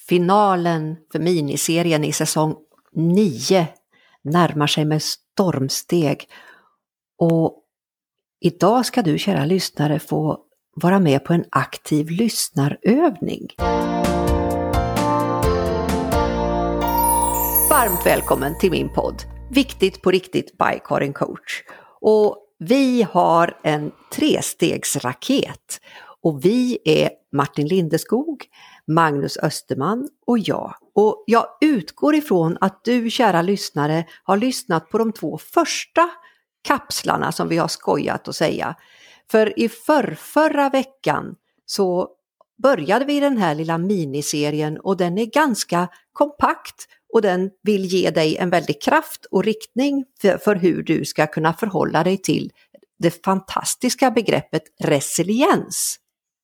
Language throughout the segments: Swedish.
Finalen för miniserien i säsong 9 närmar sig med stormsteg. Och idag ska du, kära lyssnare, få vara med på en aktiv lyssnarövning. Varmt välkommen till min podd Viktigt på riktigt by Karin Coach. Och vi har en 3-stegsraket. Och vi är Martin Lindeskog, Magnus Österman och jag. Och jag utgår ifrån att du, kära lyssnare, har lyssnat på de 2 första kapslarna som vi har skojat att säga. För i förra veckan så började vi den här lilla miniserien och den är ganska kompakt och den vill ge dig en väldig kraft och riktning för hur du ska kunna förhålla dig till det fantastiska begreppet resiliens.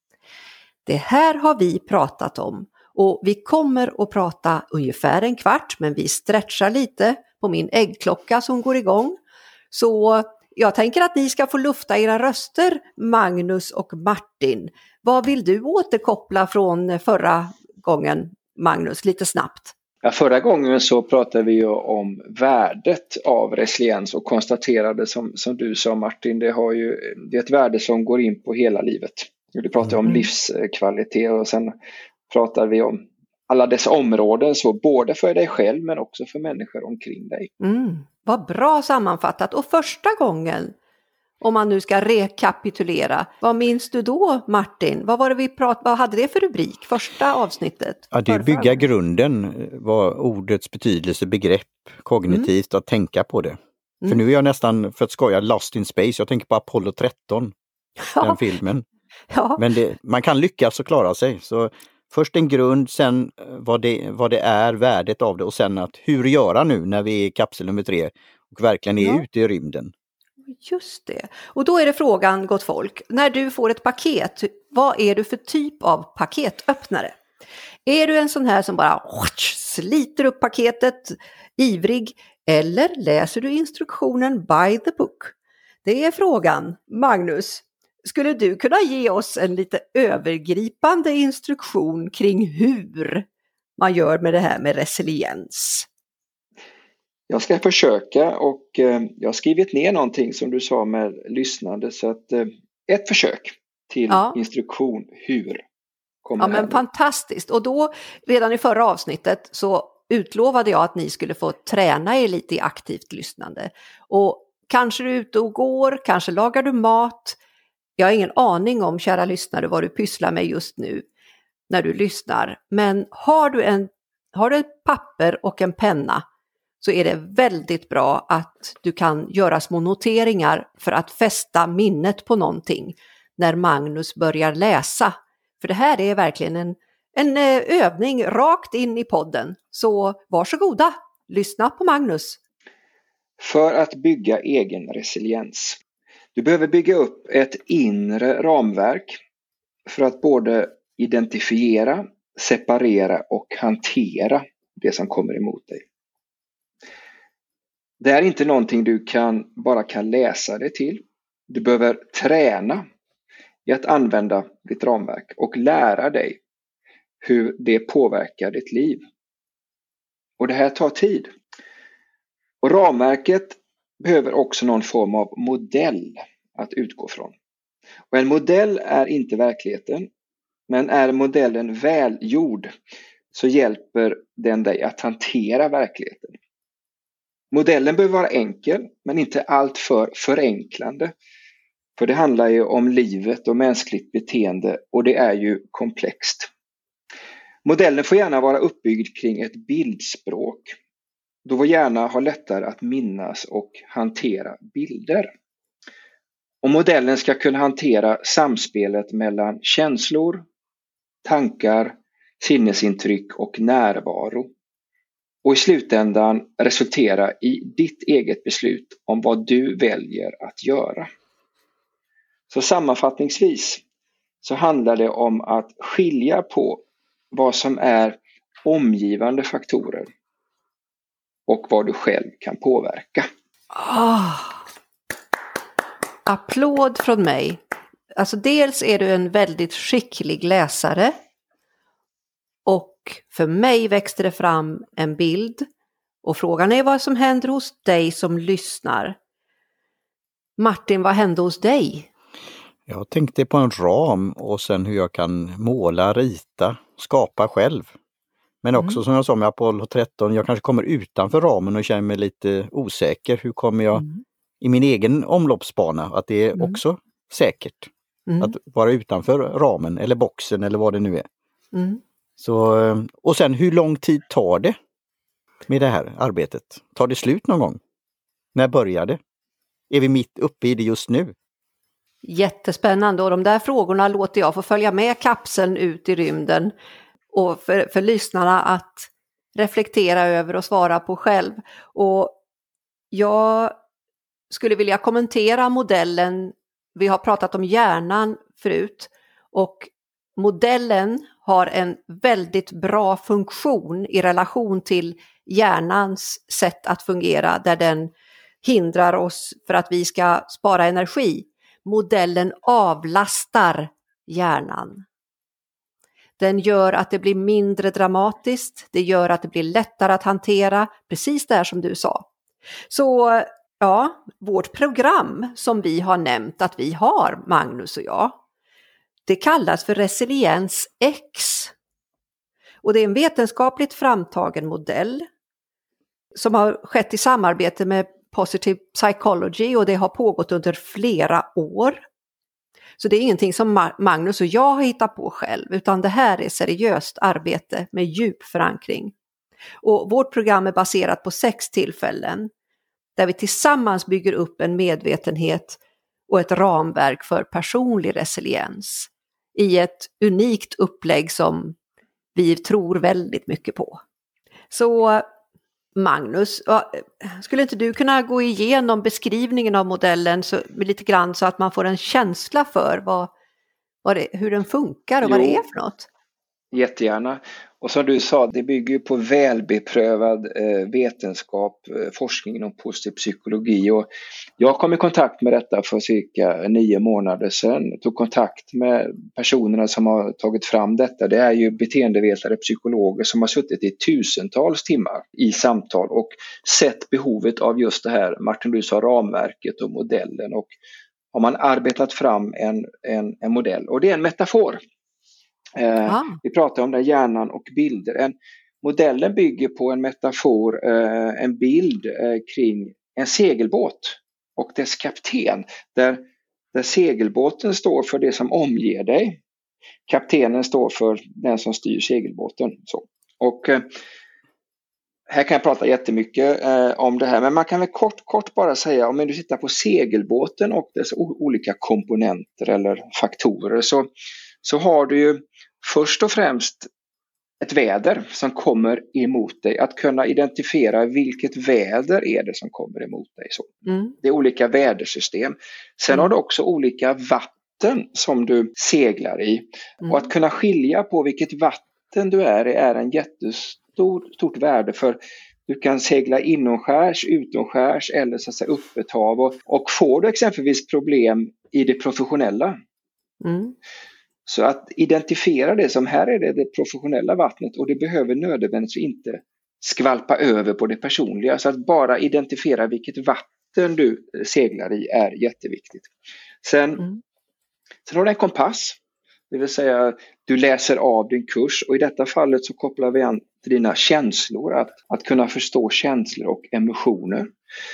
Det här har vi pratat om och vi kommer att prata ungefär en kvart, men vi stretchar lite på min äggklocka som går igång. Så jag tänker att ni ska få lufta era röster, Magnus och Martin. Vad vill du återkoppla från förra gången, Magnus, lite snabbt? Ja, förra gången så pratade vi ju om värdet av resiliens och konstaterade som du sa, Martin, det är ett värde som går in på hela livet. Du pratade om livskvalitet och sen pratar vi om alla dessa områden, så både för dig själv men också för människor omkring dig. Vad bra sammanfattat. Och första gången, om man nu ska rekapitulera, vad minns du då, Martin? Vad var det vi pratade, vad hade det för rubrik, första avsnittet? Ja, det är bygga grunden, var ordets betydelse, begrepp, kognitivt, att tänka på det. För nu är jag nästan, för att skoja, lost in space, jag tänker på Apollo 13, den filmen. Ja. Men man kan lyckas och klara sig. Så först en grund, sen vad det är, värdet av det, och sen att hur göra nu när vi är i kapsel nummer 3 och verkligen är ute i rymden. Just det. Och då är det frågan, gott folk, när du får ett paket, vad är du för typ av paketöppnare? Är du en sån här som bara sliter upp paketet, ivrig, eller läser du instruktionen by the book? Det är frågan. Magnus, skulle du kunna ge oss en lite övergripande instruktion kring hur man gör med det här med resiliens? Jag ska försöka, och jag har skrivit ner någonting som du sa med lyssnande, så att ett försök till instruktion hur kommer men fantastiskt. Och då redan i förra avsnittet så utlovade jag att ni skulle få träna er lite i aktivt lyssnande. Och kanske du är ute och går, kanske lagar du mat. Jag har ingen aning om, kära lyssnare, vad du pysslar med just nu när du lyssnar. Men har du ett papper och en penna, så är det väldigt bra att du kan göra små noteringar för att fästa minnet på någonting när Magnus börjar läsa. För det här är verkligen en övning rakt in i podden. Så varsågoda, lyssna på Magnus. För att bygga egen resiliens. Du behöver bygga upp ett inre ramverk för att både identifiera, separera och hantera det som kommer emot dig. Det är inte någonting du bara kan läsa dig till. Du behöver träna i att använda ditt ramverk och lära dig hur det påverkar ditt liv. Och det här tar tid. Och ramverket behöver också någon form av modell att utgå från. Och en modell är inte verkligheten, men är modellen välgjord så hjälper den dig att hantera verkligheten. Modellen behöver vara enkel, men inte alltför förenklande. För det handlar ju om livet och mänskligt beteende, och det är ju komplext. Modellen får gärna vara uppbyggd kring ett bildspråk. Då vår hjärna har lättare att minnas och hantera bilder. Och modellen ska kunna hantera samspelet mellan känslor, tankar, sinnesintryck och närvaro. Och i slutändan resultera i ditt eget beslut om vad du väljer att göra. Så sammanfattningsvis så handlar det om att skilja på vad som är omgivande faktorer och vad du själv kan påverka. Applåd från mig. Alltså dels är du en väldigt skicklig läsare och för mig växte det fram en bild. Och frågan är vad som händer hos dig som lyssnar. Martin, vad hände hos dig? Jag tänkte på en ram och sen hur jag kan måla, rita, skapa själv. Men också som jag sa med Apollo 13, jag kanske kommer utanför ramen och känner mig lite osäker. Hur kommer jag i min egen omloppsbana? Att det är också säkert. Att vara utanför ramen eller boxen eller vad det nu är. Så, och sen hur lång tid tar det med det här arbetet? Tar det slut någon gång? När börjar det? Är vi mitt uppe i det just nu? Jättespännande, och de där frågorna låter jag få följa med kapseln ut i rymden och för lyssnarna att reflektera över och svara på själv. Och jag skulle vilja kommentera modellen. Vi har pratat om hjärnan förut och modellen har en väldigt bra funktion i relation till hjärnans sätt att fungera, där den hindrar oss för att vi ska spara energi. Modellen avlastar hjärnan. Den gör att det blir mindre dramatiskt, det gör att det blir lättare att hantera, precis det här som du sa. Så ja, vårt program som vi har nämnt att vi har, Magnus och jag, det kallas för Resiliens X. Och det är en vetenskapligt framtagen modell som har skett i samarbete med Positive Psychology, och det har pågått under flera år. Så det är ingenting som Magnus och jag har hittat på själv, utan det här är seriöst arbete med djup förankring. Och vårt program är baserat på 6 tillfällen där vi tillsammans bygger upp en medvetenhet och ett ramverk för personlig resiliens i ett unikt upplägg som vi tror väldigt mycket på. Så Magnus, skulle inte du kunna gå igenom beskrivningen av modellen lite grann så att man får en känsla för hur den funkar och vad det är för något? Jättegärna. Och som du sa, det bygger på välbeprövad vetenskap, forskning inom positiv psykologi. Och jag kom i kontakt med detta för cirka 9 månader sedan. Jag tog kontakt med personerna som har tagit fram detta. Det är ju beteendevetare, psykologer som har suttit i tusentals timmar i samtal och sett behovet av just det här, Martin, du sa ramverket och modellen. Och har man arbetat fram en modell. Och det är en metafor. Vi pratar om den hjärnan och bilder. Modellen bygger på en metafor, en bild kring en segelbåt och dess kapten. Där segelbåten står för det som omger dig. Kaptenen står för den som styr segelbåten. Så. Och här kan jag prata jättemycket om det här. Men man kan väl kort bara säga, om du tittar på segelbåten och dess olika komponenter eller faktorer, så har du ju först och främst ett väder som kommer emot dig. Att kunna identifiera vilket väder är det som kommer emot dig. Så. Det är olika vädersystem. Sen har du också olika vatten som du seglar i. Och att kunna skilja på vilket vatten du är en jättestort värde, för du kan segla inomskärs, utomskärs eller så att säga öppet hav. Och får du exempelvis problem i det professionella, så att identifiera det som här är det professionella vattnet, och det behöver nödvändigtvis inte skvalpa över på det personliga. Så att bara identifiera vilket vatten du seglar i är jätteviktigt. Sen har du en kompass. Det vill säga du läser av din kurs, och i detta fallet så kopplar vi an till dina känslor. Att kunna förstå känslor och emotioner.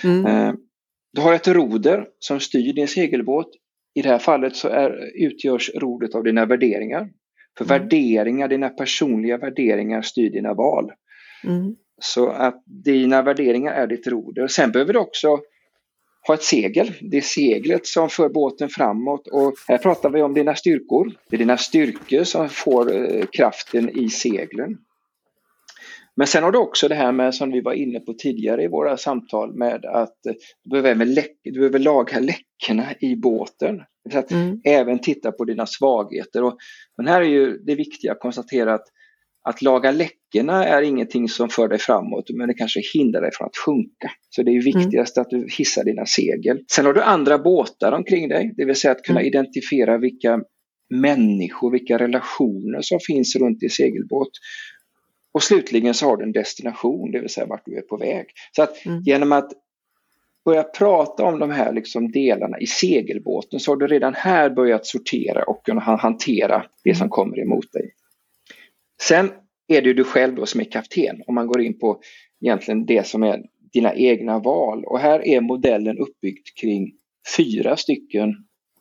Du har ett roder som styr din segelbåt. I det här fallet så utgörs rodret av dina värderingar. För värderingar, dina personliga värderingar styr dina val. Så att dina värderingar är ditt roder. Sen behöver du också ha ett segel. Det är seglet som för båten framåt. Och här pratar vi om dina styrkor. Det är dina styrkor som får kraften i seglen. Men sen har du också det här med, som vi var inne på tidigare i våra samtal, med att du behöver laga läckorna i båten. Så att även titta på dina svagheter. Men här är ju det viktiga att konstatera att laga läckorna är ingenting som för dig framåt, men det kanske hindrar dig från att sjunka. Så det är viktigast att du hissar dina segel. Sen har du andra båtar omkring dig. Det vill säga att kunna identifiera vilka människor, vilka relationer som finns runt i segelbåt. Och slutligen så har du en destination, det vill säga vart du är på väg. Så att genom att börja prata om de här liksom delarna i segelbåten så har du redan här börjat sortera och kunna hantera det som kommer emot dig. Sen är det ju du själv då som är kapten om man går in på egentligen det som är dina egna val. Och här är modellen uppbyggd kring 4 stycken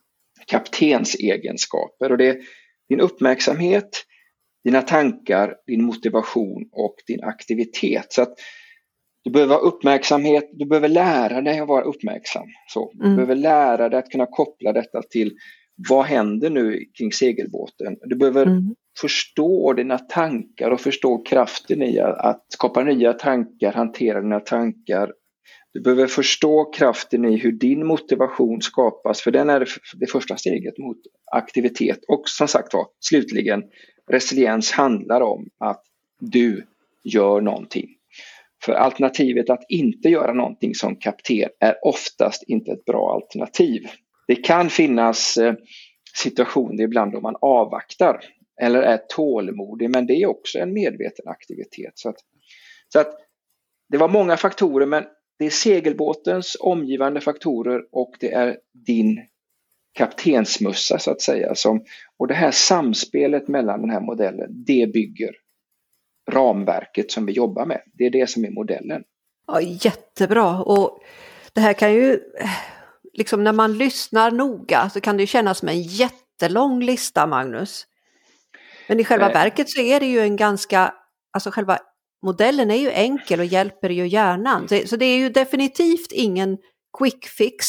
kaptensegenskaper. Och det är din uppmärksamhet, dina tankar, din motivation och din aktivitet. Så att du behöver ha uppmärksamhet, du behöver lära dig att vara uppmärksam. Du behöver lära dig att kunna koppla detta till vad händer nu kring segelbåten. Du behöver förstå dina tankar och förstå kraften i att skapa nya tankar, hantera dina tankar. Du behöver förstå kraften i hur din motivation skapas, för den är det första steget mot aktivitet. Och som sagt var, slutligen, resiliens handlar om att du gör någonting. För alternativet att inte göra någonting som kapten är oftast inte ett bra alternativ. Det kan finnas situationer ibland då man avvaktar eller är tålmodig, men det är också en medveten aktivitet. Så att det var många faktorer, men det är segelbåtens omgivande faktorer och det är din kaptensmössa så att säga. Och det här samspelet mellan den här modellen, det bygger ramverket som vi jobbar med. Det är det som är modellen. Ja, jättebra. Och det här kan ju, liksom när man lyssnar noga så kan det ju kännas som en jättelång lista, Magnus. Men i själva verket så är det ju en ganska, alltså själva modellen är ju enkel och hjälper ju hjärnan. Så det är ju definitivt ingen quick fix.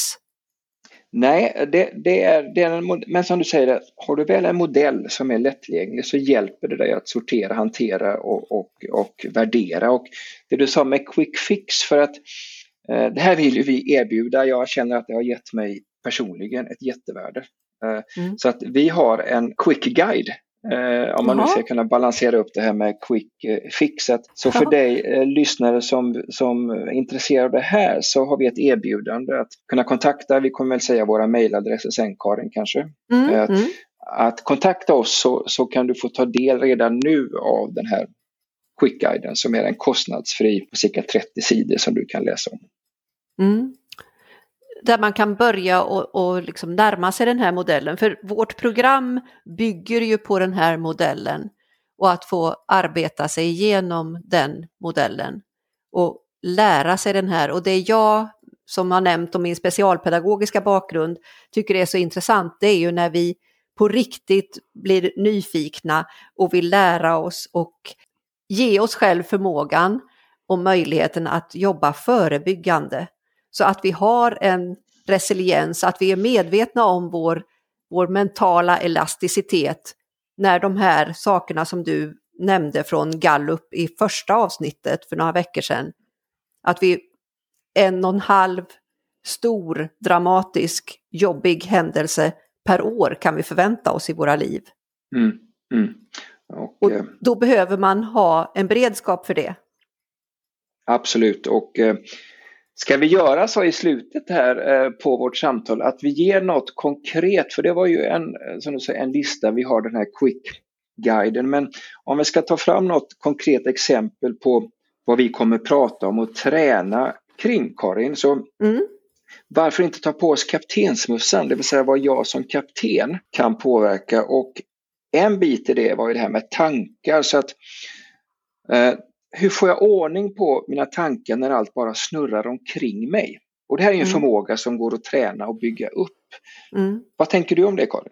Nej, det är men som du säger, har du väl en modell som är lättillgänglig så hjälper det dig att sortera, hantera och värdera. Och det du sa med quick fix, för att det här vill ju vi erbjuda. Jag känner att det har gett mig personligen ett jättevärde. Så att vi har en quick guide. Om man nu ska kunna balansera upp det här med quick fixet. Så för dig lyssnare som är intresserade av det här så har vi ett erbjudande att kunna kontakta. Vi kommer väl säga våra mejladresser sen, Karin, kanske. Att kontakta oss så kan du få ta del redan nu av den här quick-guiden som är en kostnadsfri på cirka 30 sidor som du kan läsa om. Där man kan börja och liksom närma sig den här modellen. För vårt program bygger ju på den här modellen. Och att få arbeta sig igenom den modellen. Och lära sig den här. Och det jag som har nämnt om min specialpedagogiska bakgrund tycker är så intressant. Det är ju när vi på riktigt blir nyfikna och vill lära oss och ge oss själv förmågan och möjligheten att jobba förebyggande. Så att vi har en resiliens, att vi är medvetna om vår mentala elasticitet när de här sakerna som du nämnde från Gallup i första avsnittet för några veckor sedan. Att vi 1,5 stor, dramatisk, jobbig händelse per år kan vi förvänta oss i våra liv. Och då behöver man ha en beredskap för det. Absolut, och ska vi göra så i slutet här på vårt samtal att vi ger något konkret, för det var ju en lista, vi har den här quick-guiden, men om vi ska ta fram något konkret exempel på vad vi kommer prata om och träna kring, Karin, så varför inte ta på oss kaptensmössan, det vill säga vad jag som kapten kan påverka. Och en bit i det var ju det här med tankar, så att hur får jag ordning på mina tankar när allt bara snurrar omkring mig? Och det här är en förmåga som går att träna och bygga upp. Vad tänker du om det, Karin?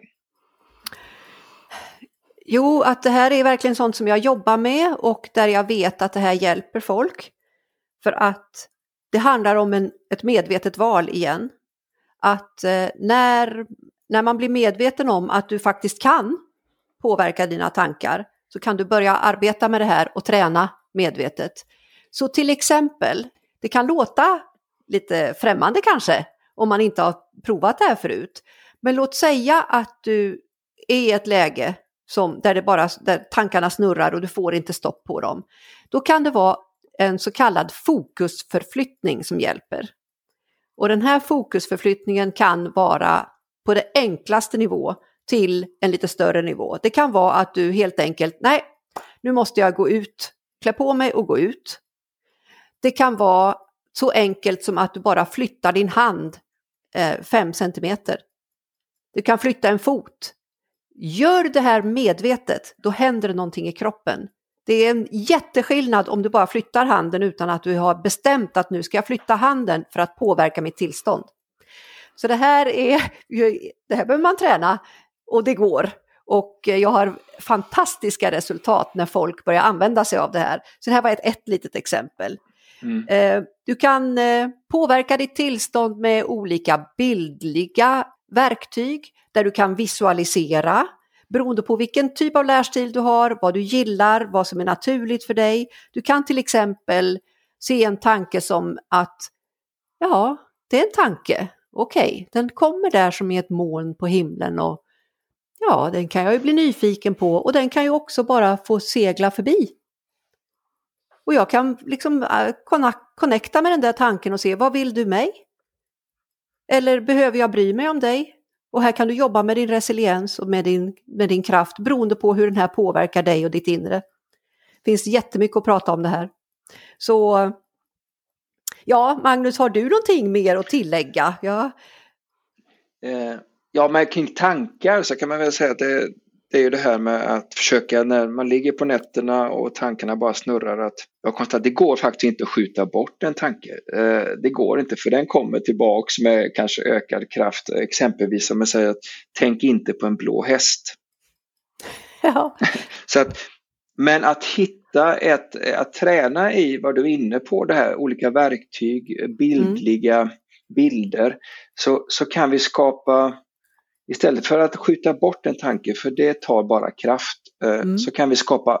Jo, att det här är verkligen sånt som jag jobbar med och där jag vet att det här hjälper folk. För att det handlar om ett medvetet val igen. Att när man blir medveten om att du faktiskt kan påverka dina tankar så kan du börja arbeta med det här och träna medvetet. Så till exempel, det kan låta lite främmande kanske om man inte har provat det här förut. Men låt säga att du är i ett läge där tankarna snurrar och du får inte stopp på dem. Då kan det vara en så kallad fokusförflyttning som hjälper. Och den här fokusförflyttningen kan vara på det enklaste nivå till en lite större nivå. Det kan vara att du helt enkelt, nu måste jag gå ut klä på mig och gå ut. Det kan vara så enkelt som att du bara flyttar din hand 5 centimeter. Du kan flytta en fot. Gör det här medvetet, då händer det någonting i kroppen. Det är en jätteskillnad om du bara flyttar handen utan att du har bestämt att nu ska jag flytta handen för att påverka mitt tillstånd. Så det här behöver man träna och det går. Och jag har fantastiska resultat när folk börjar använda sig av det här. Så det här var ett litet exempel. Du kan påverka ditt tillstånd med olika bildliga verktyg där du kan visualisera beroende på vilken typ av lärstil du har, vad du gillar, vad som är naturligt för dig. Du kan till exempel se en tanke som att ja, det är en tanke. Okej, den kommer där som är ett moln på himlen och ja, den kan jag ju bli nyfiken på och den kan ju också bara få segla förbi. Och jag kan liksom connecta med den där tanken och se, vad vill du mig? Eller behöver jag bry mig om dig? Och här kan du jobba med din resiliens och med din kraft beroende på hur den här påverkar dig och ditt inre. Det finns jättemycket att prata om det här. Så ja, Magnus, har du någonting mer att tillägga? Ja, men kring tankar så kan man väl säga att det är ju det här med att försöka när man ligger på nätterna och tankarna bara snurrar att jag konstaterar att det går faktiskt inte att skjuta bort en tanke. Det går inte för den kommer tillbaks med kanske ökad kraft. Exempelvis som man säger att tänk inte på en blå häst. Ja. Men att hitta att träna i vad du är inne på det här, olika verktyg, bildliga bilder så kan vi skapa. Istället för att skjuta bort en tanke, för det tar bara kraft, så kan vi skapa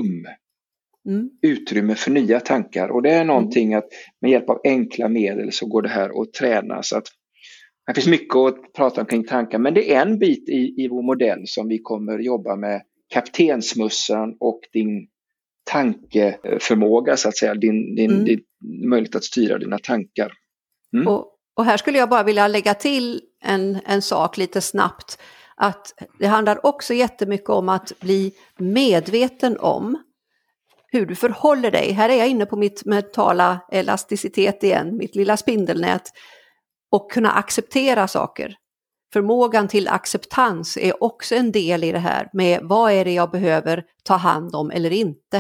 utrymme för nya tankar. Och det är någonting att med hjälp av enkla medel så går det här att träna. Så att det finns mycket att prata om kring tankar, men det är en bit i vår modell som vi kommer jobba med. Kaptensmussan och din tankeförmåga, så att säga, din möjlighet att styra dina tankar. Och här skulle jag bara vilja lägga till en sak lite snabbt. Att det handlar också jättemycket om att bli medveten om hur du förhåller dig. Här är jag inne på mitt mentala elasticitet igen, mitt lilla spindelnät. Och kunna acceptera saker. Förmågan till acceptans är också en del i det här med vad är det jag behöver ta hand om eller inte.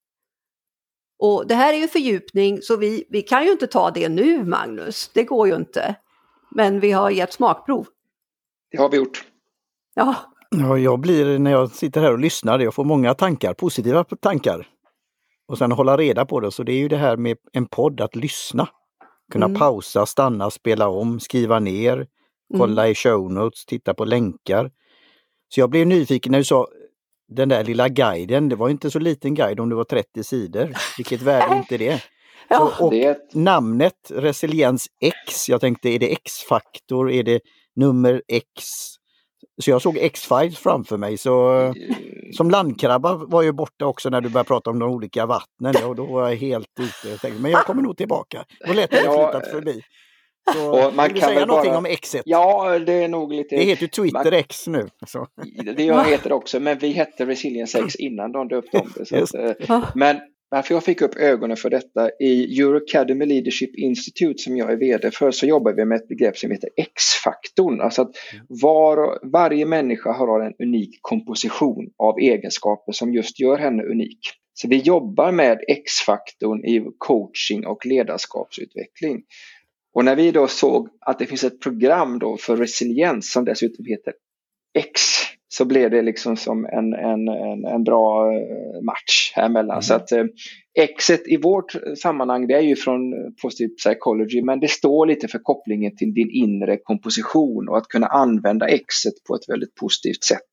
Och det här är ju fördjupning så vi kan ju inte ta det nu, Magnus. Det går ju inte. Men vi har gett smakprov. Det har vi gjort. Ja. Ja, jag blir när jag sitter här och lyssnar, jag får många tankar, positiva tankar. Och sen hålla reda på det. Så det är ju det här med en podd, att lyssna. Kunna pausa, stanna, spela om, skriva ner, kolla i show notes, titta på länkar. Så jag blev nyfiken när du sa den där lilla guiden, det var inte så liten guide om det var 30 sidor. Vilket värde inte det? Ja, så, och namnet Resiliens X, jag tänkte är det X-faktor, är det nummer X? Så jag såg X-Files framför mig. Så som landkrabba var ju borta också när du började prata om de olika vattnen. Och då var jag helt ute. Jag tänkte, men jag kommer nog tillbaka. Då lät det flyttat förbi. Så man vill kan säga väl någonting bara om Xet? Ja, det är nog lite. Det heter Twitter X nu. Så. Det heter också, men vi hette Resilience X innan de döpte om det. Så att, men varför jag fick upp ögonen för detta, i Eurocademy Leadership Institute som jag är vd för, så jobbar vi med ett begrepp som heter X-faktorn. Alltså att varje människa har en unik komposition av egenskaper som just gör henne unik. Så vi jobbar med X-faktorn i coaching och ledarskapsutveckling. Och när vi då såg att det finns ett program då för resiliens som dessutom heter X, så blev det liksom som en bra match här mellan. Så att Xet i vårt sammanhang, det är ju från Positive Psychology, men det står lite för kopplingen till din inre komposition och att kunna använda Xet på ett väldigt positivt sätt.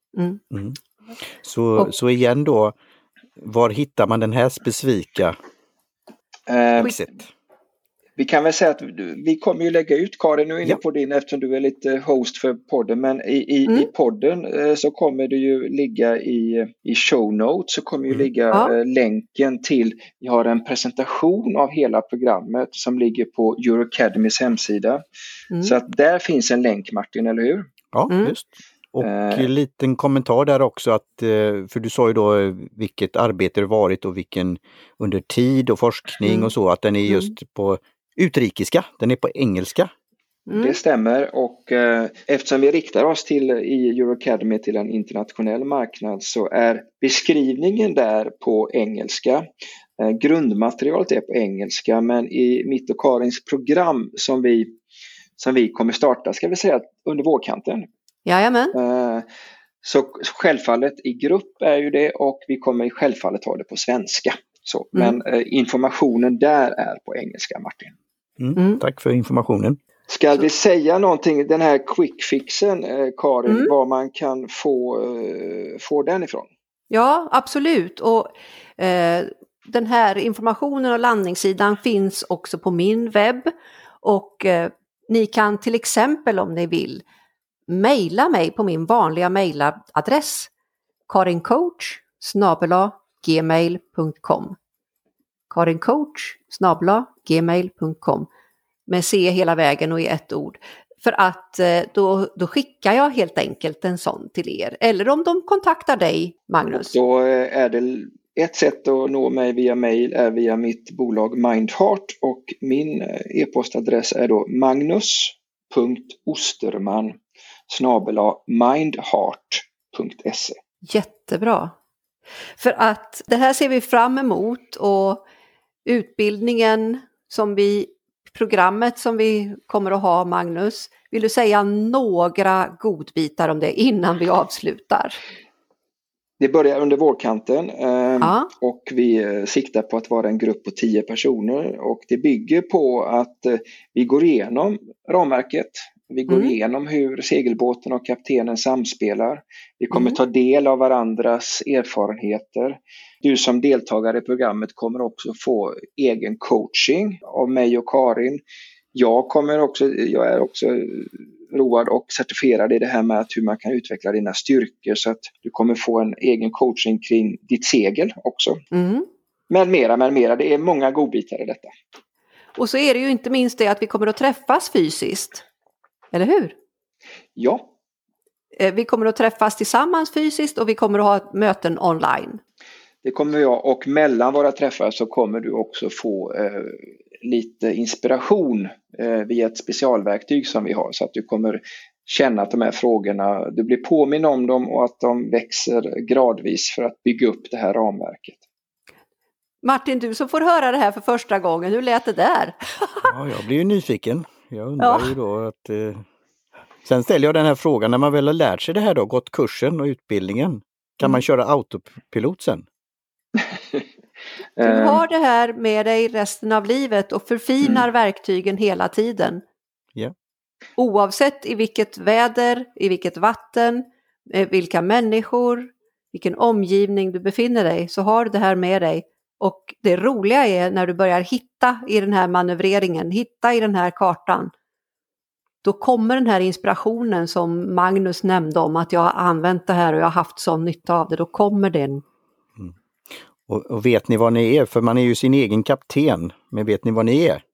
Så igen då, var hittar man den här specifika quizet? Vi kan väl säga att vi kommer ju lägga ut, Karin, nu är inne på din eftersom du är lite host för podden, men i podden så kommer det ju ligga i show notes, så kommer ju ligga länken till, vi har en presentation av hela programmet som ligger på Eurocademys hemsida. Så att där finns en länk, Martin, eller hur? Ja, just. Och en liten kommentar där också att, för du sa ju då vilket arbete det varit och vilken under tid och forskning och så, att den är just på utrikiska, den är på engelska. Det stämmer, och eftersom vi riktar oss i Eurocademy till en internationell marknad så är beskrivningen där på engelska. Grundmaterialet är på engelska, men i mitt och Karins program som vi kommer starta, ska vi säga, under vårkanten. Jajamän. Så självfallet i grupp är ju det, och vi kommer självfallet ha det på svenska. Så, men informationen där är på engelska, Martin. Tack för informationen. Ska vi säga någonting, den här quickfixen, Karin, var man kan få den ifrån? Ja, absolut. Och den här informationen och landningssidan finns också på min webb. Och ni kan till exempel, om ni vill, mejla mig på min vanliga mejladress karincoach@gmail.com karincoach@gmail.com med C hela vägen och i ett ord. För att då skickar jag helt enkelt en sån till er. Eller om de kontaktar dig, Magnus. Då är det ett sätt att nå mig via mejl är via mitt bolag Mindheart, och min e-postadress är då magnus.osterman@mindheart.se. Jättebra. För att det här ser vi fram emot, och utbildningen programmet som vi kommer att ha, Magnus. Vill du säga några godbitar om det innan vi avslutar? Det börjar under vårkanten och vi siktar på att vara en grupp på 10 personer, och det bygger på att vi går igenom ramverket. Vi går igenom hur segelbåten och kaptenen samspelar. Vi kommer ta del av varandras erfarenheter. Du som deltagare i programmet kommer också få egen coaching av mig och Karin. Jag är också road och certifierad i det här med hur man kan utveckla dina styrkor, så att du kommer få en egen coaching kring ditt segel också. Med mera. Det är många godbitar i detta. Och så är det ju inte minst det att vi kommer att träffas fysiskt. Eller hur? Ja. Vi kommer att träffas tillsammans fysiskt, och vi kommer att ha möten online. Det kommer jag, och mellan våra träffar så kommer du också få lite inspiration via ett specialverktyg som vi har, så att du kommer känna att de här frågorna, du blir påminn om dem och att de växer gradvis för att bygga upp det här ramverket. Martin, du som får höra det här för första gången, hur lät det där? Ja, jag blir ju nyfiken. Jag undrar ju då att... Sen ställer jag den här frågan, när man väl har lärt sig det här då, gått kursen och utbildningen, kan man köra autopilot sen? Du har det här med dig resten av livet och förfinar verktygen hela tiden. Yeah. Oavsett i vilket väder, i vilket vatten, vilka människor, vilken omgivning du befinner dig, så har du det här med dig. Och det roliga är när du börjar hitta i den här manövreringen, hitta i den här kartan. Då kommer den här inspirationen som Magnus nämnde om, att jag har använt det här och jag har haft sån nytta av det. Då kommer den. Och vet ni vad ni är? För man är ju sin egen kapten. Men vet ni vad ni är?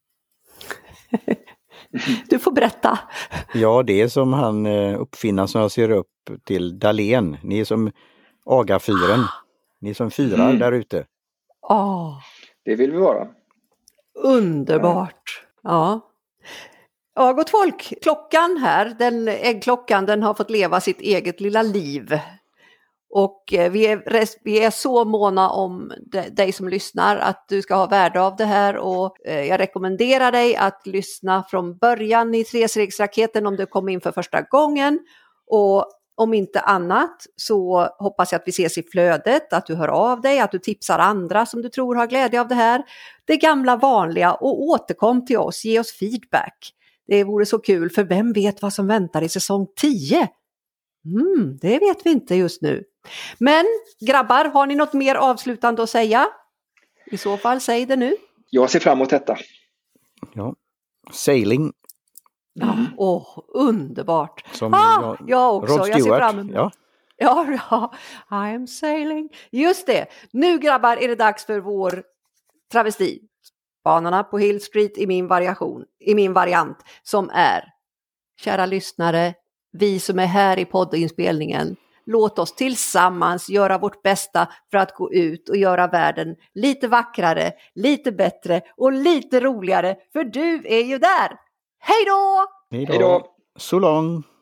Du får berätta. Ja, det är som han uppfinnaren som jag ser upp till, Dahlén. Ni är som Agafyren. Ni är som fyrar där ute. Det vill vi vara. Underbart. Ja. Ja, gott folk. Klockan här, äggklockan, den har fått leva sitt eget lilla liv. Och vi är så måna om dig som lyssnar att du ska ha värde av det här, och jag rekommenderar dig att lyssna från början i trestegsraketen om du kommer in för första gången, och om inte annat så hoppas jag att vi ses i flödet, att du hör av dig, att du tipsar andra som du tror har glädje av det här. Det gamla vanliga, och återkom till oss, ge oss feedback. Det vore så kul, för vem vet vad som väntar i säsong 10? Det vet vi inte just nu. Men grabbar, har ni något mer avslutande att säga? I så fall, säg det nu. Jag ser fram emot detta. Ja, sailing. Underbart. Som jag också. Rod Stewart. Jag ser fram emot. Ja, I am sailing. Just det. Nu grabbar är det dags för vår travesti. Banorna på Hill Street i min variant, som är: kära lyssnare, vi som är här i poddinspelningen, låt oss tillsammans göra vårt bästa för att gå ut och göra världen lite vackrare, lite bättre och lite roligare. För du är ju där. Hej då! Hej då! Så lång!